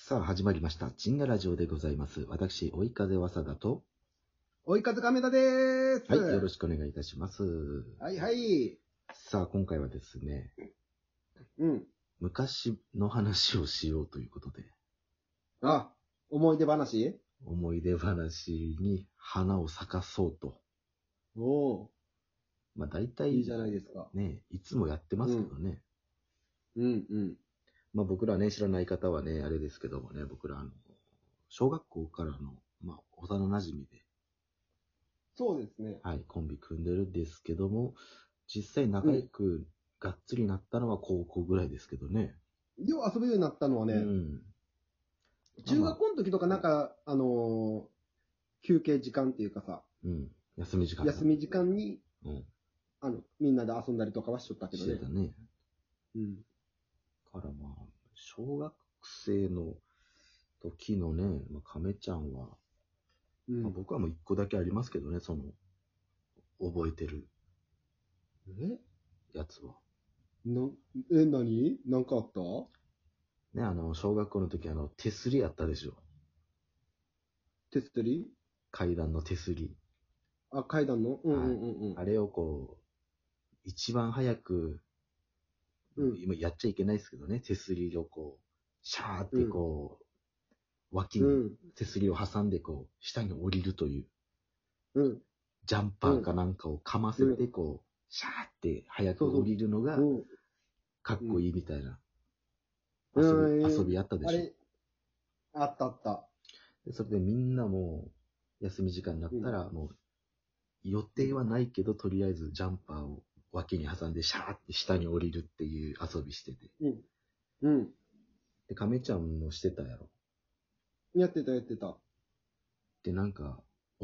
さあ始まりました。チンガラジオでございます。私、追い風わさだと。 追い風亀田でーす。 はい、よろしくお願いいたします。 はいはい。 さあ、今回はですね、 うん。 昔の話をしようということで、 あ、思い出話。 思い出話に花を咲かそうと。 おおまあ大ー、いい体じゃないですか。 ね、いつもやってますけどね。 うんうん。 まあ僕らね、知らない方はね、あれですけどもね、僕ら小学校からの、まあ幼馴染で、 そうですね。 はい、コンビ組んでるんですけども、実際仲良くがっつりなったのは高校ぐらいですけどね。 よう遊ぶようになったのはね、 うん。 中学校の時とかなんか、休憩時間っていうかさ、 うん。休み時間。 休み時間に、 うん。 みんなで遊んだりとかはしとったけどねして。たね。 うん。 からまあ、小学生の時のね、まあ、亀ちゃんは、まあ、 うん。 僕はもう一個だけありますけどね、覚えてるえやつは。 な、何なんかあった？ ね、小学校の時手すりやったでしょ。 手すり？ 階段の手すり。 あ、階段の？うんはい。 うんうんうん。 あれをこう、一番早く、 うん今やっちゃいけないですけどね、手すりをこう、シャーってうんこう、脇にうん手すりを挟んでこう、下に降りるという、 うんジャンパーかなんかをかませてこう、シャーって早く降りるのがうん。 かっこいいみたいなうん遊びやったでしょ。 あれ、あったあった。 でそれでみんなもう休み時間になったらもう予定はないけどとりあえずジャンパーを脇に挟んでシャーって下に降りるっていう遊びしてて。 うん。うん。 で、亀ちゃんもしてたやろ。 やってたやってた。 で、なんか、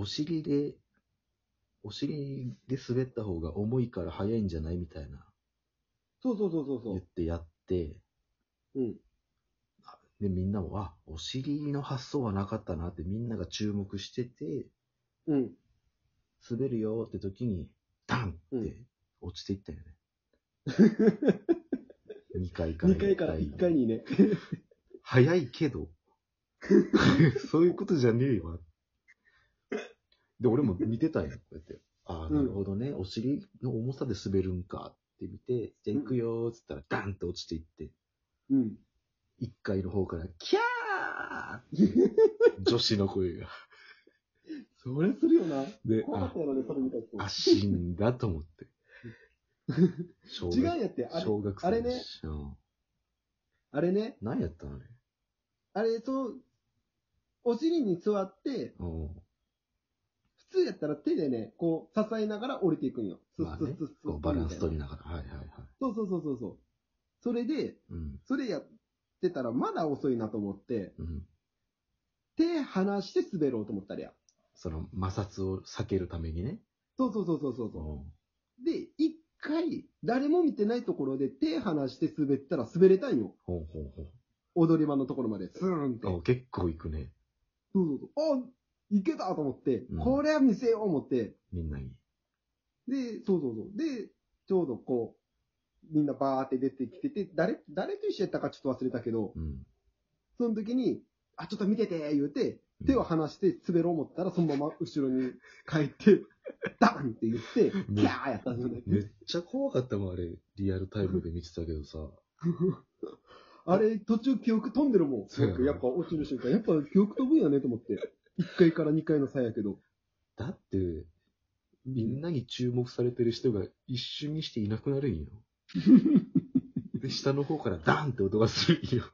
お尻で滑った方が重いから早いんじゃないみたいなそうそうそうそうそ言ってやって、 う。うん。 で、みんなも、お尻の発想はなかったなってみんなが注目してて、 うん。 滑るよって時に、ダンうんって落ちていったよね。2階から 2階から1階にね。 早いけど、そういうことじゃねえわ。で、俺も見てたんよ、こうやって。ああ、なるほどね。お尻の重さで滑るんかって見て、じゃあ行くよーっつったら、ダンって落ちていって、 うん。 1階の方から、キャーって女子の声が。 それするよな。 で、 怖かったやろね、それ見た人。 死んだと思って。 違うんやって、 小学生あれね、あれね、 何やったのあれ。 あれ、お尻に座って、普通やったら手でね、こう、支えながら降りていくんよ。 まあね、こうバランス取りながら。はいはいはい。 そうそうそうそうそう。それで、それやってたらまだ遅いなと思って、手離して滑ろうと思ったらや。 その摩擦を避けるためにね。 そうそうそうそうそうで、一回、誰も見てないところで手離して滑ったら滑れたんよ。 ほうほうほう。 踊り場のところまで、スーンって。 結構行くね。 そうそうそう。あ、いけたと思って、 うんこれは見せよう思って。 みんなに。 で、そうそうそう。で、ちょうどこう、みんなバーって出てきてて、誰と一緒やったかちょっと忘れたけど、その時に、あ、ちょっと見てて言うて、手を離して滑ろう思ったら、そのまま後ろに帰って、ダンって言って、ギャーやったんだよね。 めっちゃ怖かったもん、あれ。リアルタイムで見てたけどさ。 あれ、途中記憶飛んでるもん。 そうやなやっぱ落ちる瞬間。やっぱ記憶飛ぶんやねと思って。1階から2階の差やけど。 だって、みんなに注目されてる人が一瞬にしていなくなるんよ。で、下の方からダンって音がするんよ。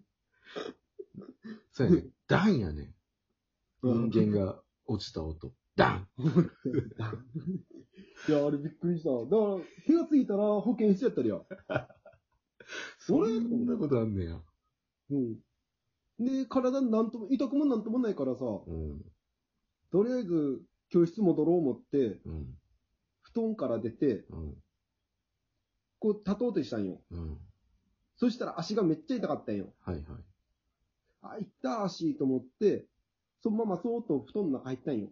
そうやね。ダンやね。人間が落ちた音。ダンいや、あれびっくりした。だから、気がついたら保健室やったりや。 そんなことあんねや。 うん。で、体なんとも、痛くもなんともないからさ、とりあえず教室戻ろう思って、布団から出て、こう立とうとしたんよ。そしたら足がめっちゃ痛かったんよ。 はいはい。 あ、痛った足と思って、そのままそーっと布団の中入ったんよ。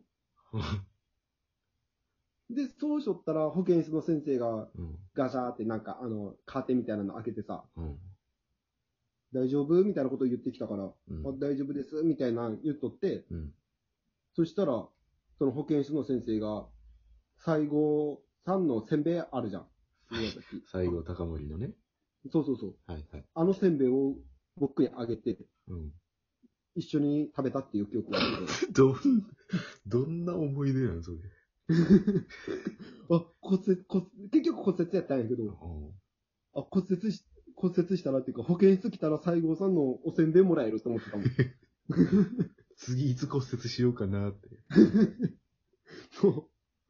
で、そうしとったら保健室の先生がガシャーってなんかカーテンみたいなの開けてさ、 大丈夫みたいなことを言ってきたから、あ、大丈夫です、みたいな言っとって、そしたら、その保健室の先生が、西郷さんのせんべいあるじゃん。 西郷隆盛のね。 そうそうそう。 はいはい。 あのせんべいを僕にあげて、一緒に食べたっていう記憶があるけど。どんな思い出なのそれ。 あ、結局骨折やったんやけど、あ、骨折したらっていうか、保健室来たら西郷さんのおせんべいもらえると思ってたもん。 次いつ骨折しようかなって。 そう。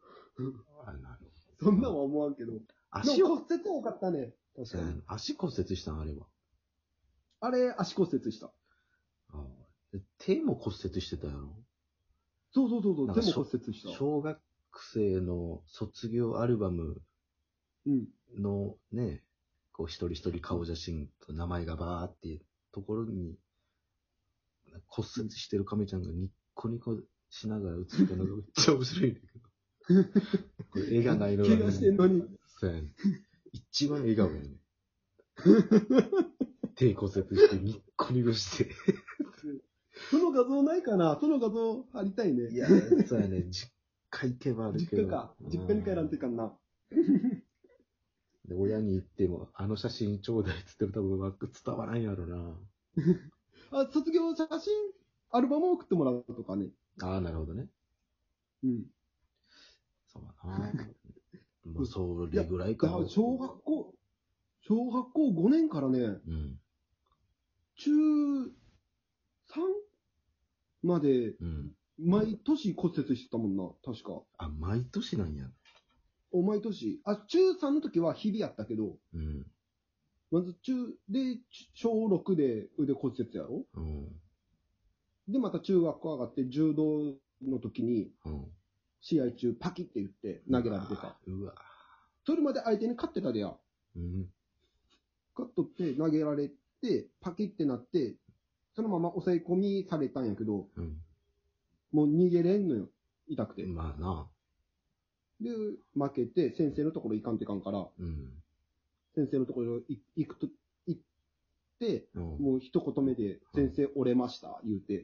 そんなんは思わんけど。足骨折多かったね。確かに。 足骨折したんあれは。 あれ、足骨折した。 手も骨折してたやろ。 そう、手も骨折した。 小学生の卒業アルバムのね、こう一人一人顔写真と名前がバーっていうところに、骨折してる亀ちゃんがニッコニコしながら映ったのがめっちゃ面白いんだけど。これ絵がないのが、 怪我してんのに。 そうやね。一番笑顔やね。手骨折してニッコニコして。 その画像ないかな？その画像貼りたいね。 いや、そうやね。実家行けばあるけど。 実家か。実家に帰らんといかんな。 で、親に言っても、あの写真ちょうだいっつっても多分伝わらんやろな。 あ、卒業写真、アルバムを送ってもらうとかね。 ああ、なるほどね。そうだな。まあ、それぐらいかな。 小学校5年からね、中3まで、毎年骨折してたもんな、確か。 あ、毎年なんや。 毎年。中3の時は日々やったけど、まず小6で腕骨折やろ、で、また中学校上がって柔道の時に、試合中パキって言って投げられてた。それまで相手に勝ってたでや。勝っとって投げられて、パキってなって、そのまま抑え込みされたんやけど、もう逃げれんのよ。痛くて。 まあな。 で、負けて、先生のところ行かんといかんから、先生のところ行って、もう一言目で、先生折れました、言うて。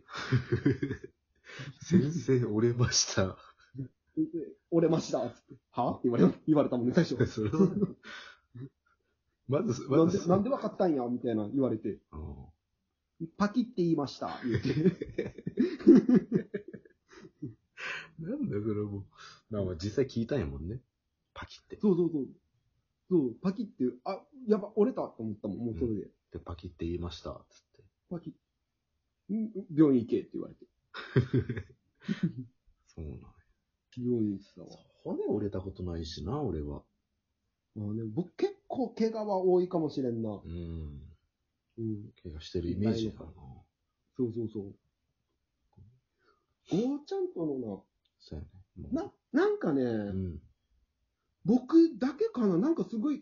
先生折れました。 折れました、つって。はって言われたもんね、最初。それはまずなんで分かったんやみたいな言われて。パキって言いました、言うて。 なんだそれも。まあ実際聞いたんやもんね。パキって。 そう、パキって、やば、折れたと思ったもん、もうそれで。 で、パキって言いました、つって。 パキ。病院行けって言われて。 そうなんや。 病院行ってたわ。 骨折れたことないしな、俺は。 僕結構怪我は多いかもしれんな。 怪我してるイメージだな。 そう。ゴーちゃんとのな。 そうやね。 なんかね、僕だけかな、なんかすごい、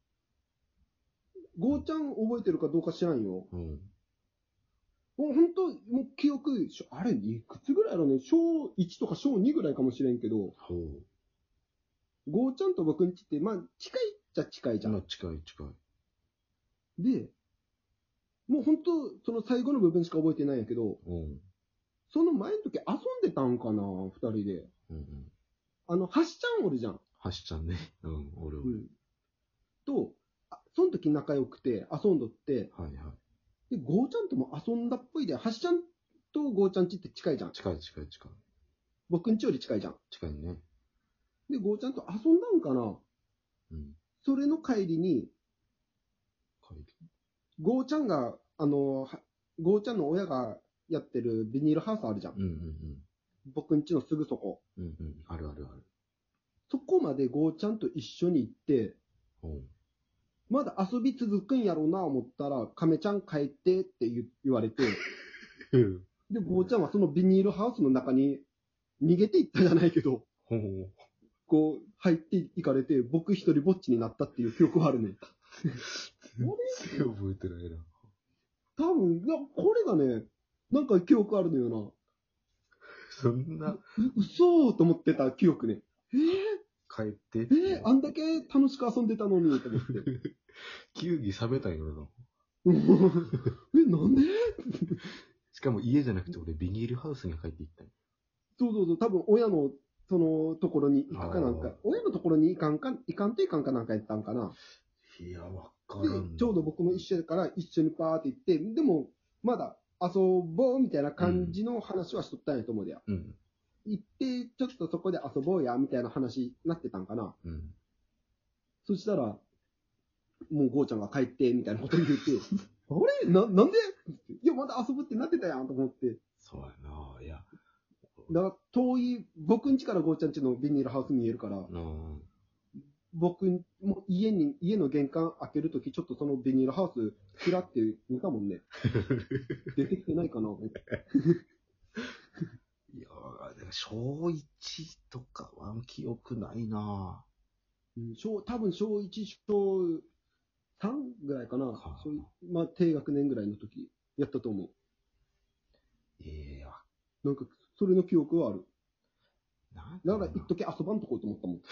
ゴーちゃん覚えてるかどうか知らんよ。もう本当、もう記憶、あれ、いくつぐらいやろね、小1とか小2ぐらいかもしれんけど、ゴーちゃんと僕んちって、まあ、近いっちゃ近いじゃん。 まあ、近い。 で、もう本当、その最後の部分しか覚えてないんやけど、その前の時遊んでたんかな、二人で。ハシちゃんおるじゃん。 ハシちゃんね。俺。 と、その時仲良くて遊んどって、で、ゴーちゃんとも遊んだっぽいで、ハシちゃんとゴーちゃんちって近いじゃん。 近い。 僕んちより近いじゃん。 近いね。 で、ゴーちゃんと遊んだんかな。それの帰りに、ゴーちゃんが、ゴーちゃんの親がやってるビニールハウスあるじゃん。僕んちのすぐそこ。 ある。 そこまでゴーちゃんと一緒に行って、まだ遊び続くんやろうな思ったら、亀ちゃん帰ってって言われて、で、ゴーちゃんはそのビニールハウスの中に逃げていったじゃないけど、こう入っていかれて、僕一人ぼっちになったっていう記憶はあるね。 全然覚えてないな。 多分、これがね、なんか記憶あるのよな。 そんな。 嘘と思ってた記憶ね。 帰ってあんだけ楽しく遊んでたのに、と思って。 球技冷めたんやろな。 なんでしかも家じゃなくて俺ビニールハウスに帰っていったよ。 そうそうそう、多分親の、その、ところに行くかなんか、親のところに行かんといかんかなんかやったんかな。 いや、わかでらんな。 ちょうど僕も一緒やから一緒にパーって行って、でも、まだ遊ぼうみたいな感じの話はしとったんやと思うでや。 うん。 行って、ちょっとそこで遊ぼうや、みたいな話になってたんかな。 うん。 そしたら、もうゴーちゃんが帰って、みたいなこと言って、あれなんでいや、まだ遊ぶってなってたやん、と思って。 そうやな。いや。 だから、遠い、僕ん家からゴーちゃん家のビニールハウス見えるから、僕も家の玄関開けるとき、ちょっとそのビニールハウス、キラって見たもんね。出てきてないかな。 いやー、小1とかは記憶ないな。 多分小1、小3ぐらいかな。まあ、低学年ぐらいの時、やったと思う。 いや。 なんか、それの記憶はある。だから、 なん一時遊ばんとこうと思ったもん。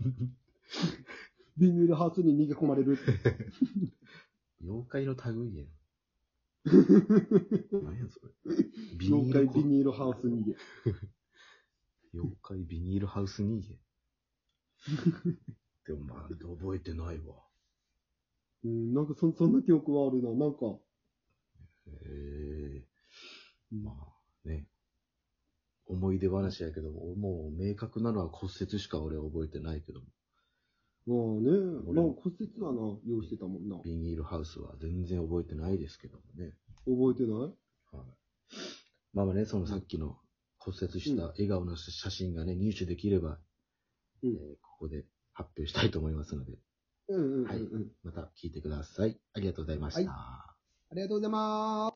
ビニールハウスに逃げ込まれる。 妖怪の類やん。何やそれ。 妖怪ビニールハウス逃げ。 妖怪ビニールハウス逃げ。でもまあ、覚えてないわ。 なんかそんな記憶はあるな。なんか。 まあね。思い出話やけど、もう明確なのは骨折しか俺は覚えてないけども。 まあね、まあ骨折はな、用意してたもんな。 ビニールハウスは全然覚えてないですけどもね。 覚えてない？ はい。まあね、そのさっきの骨折した笑顔の写真がね、入手できれば、ここで発表したいと思いますので。はい。また聞いてください。ありがとうございました。 ありがとうございます。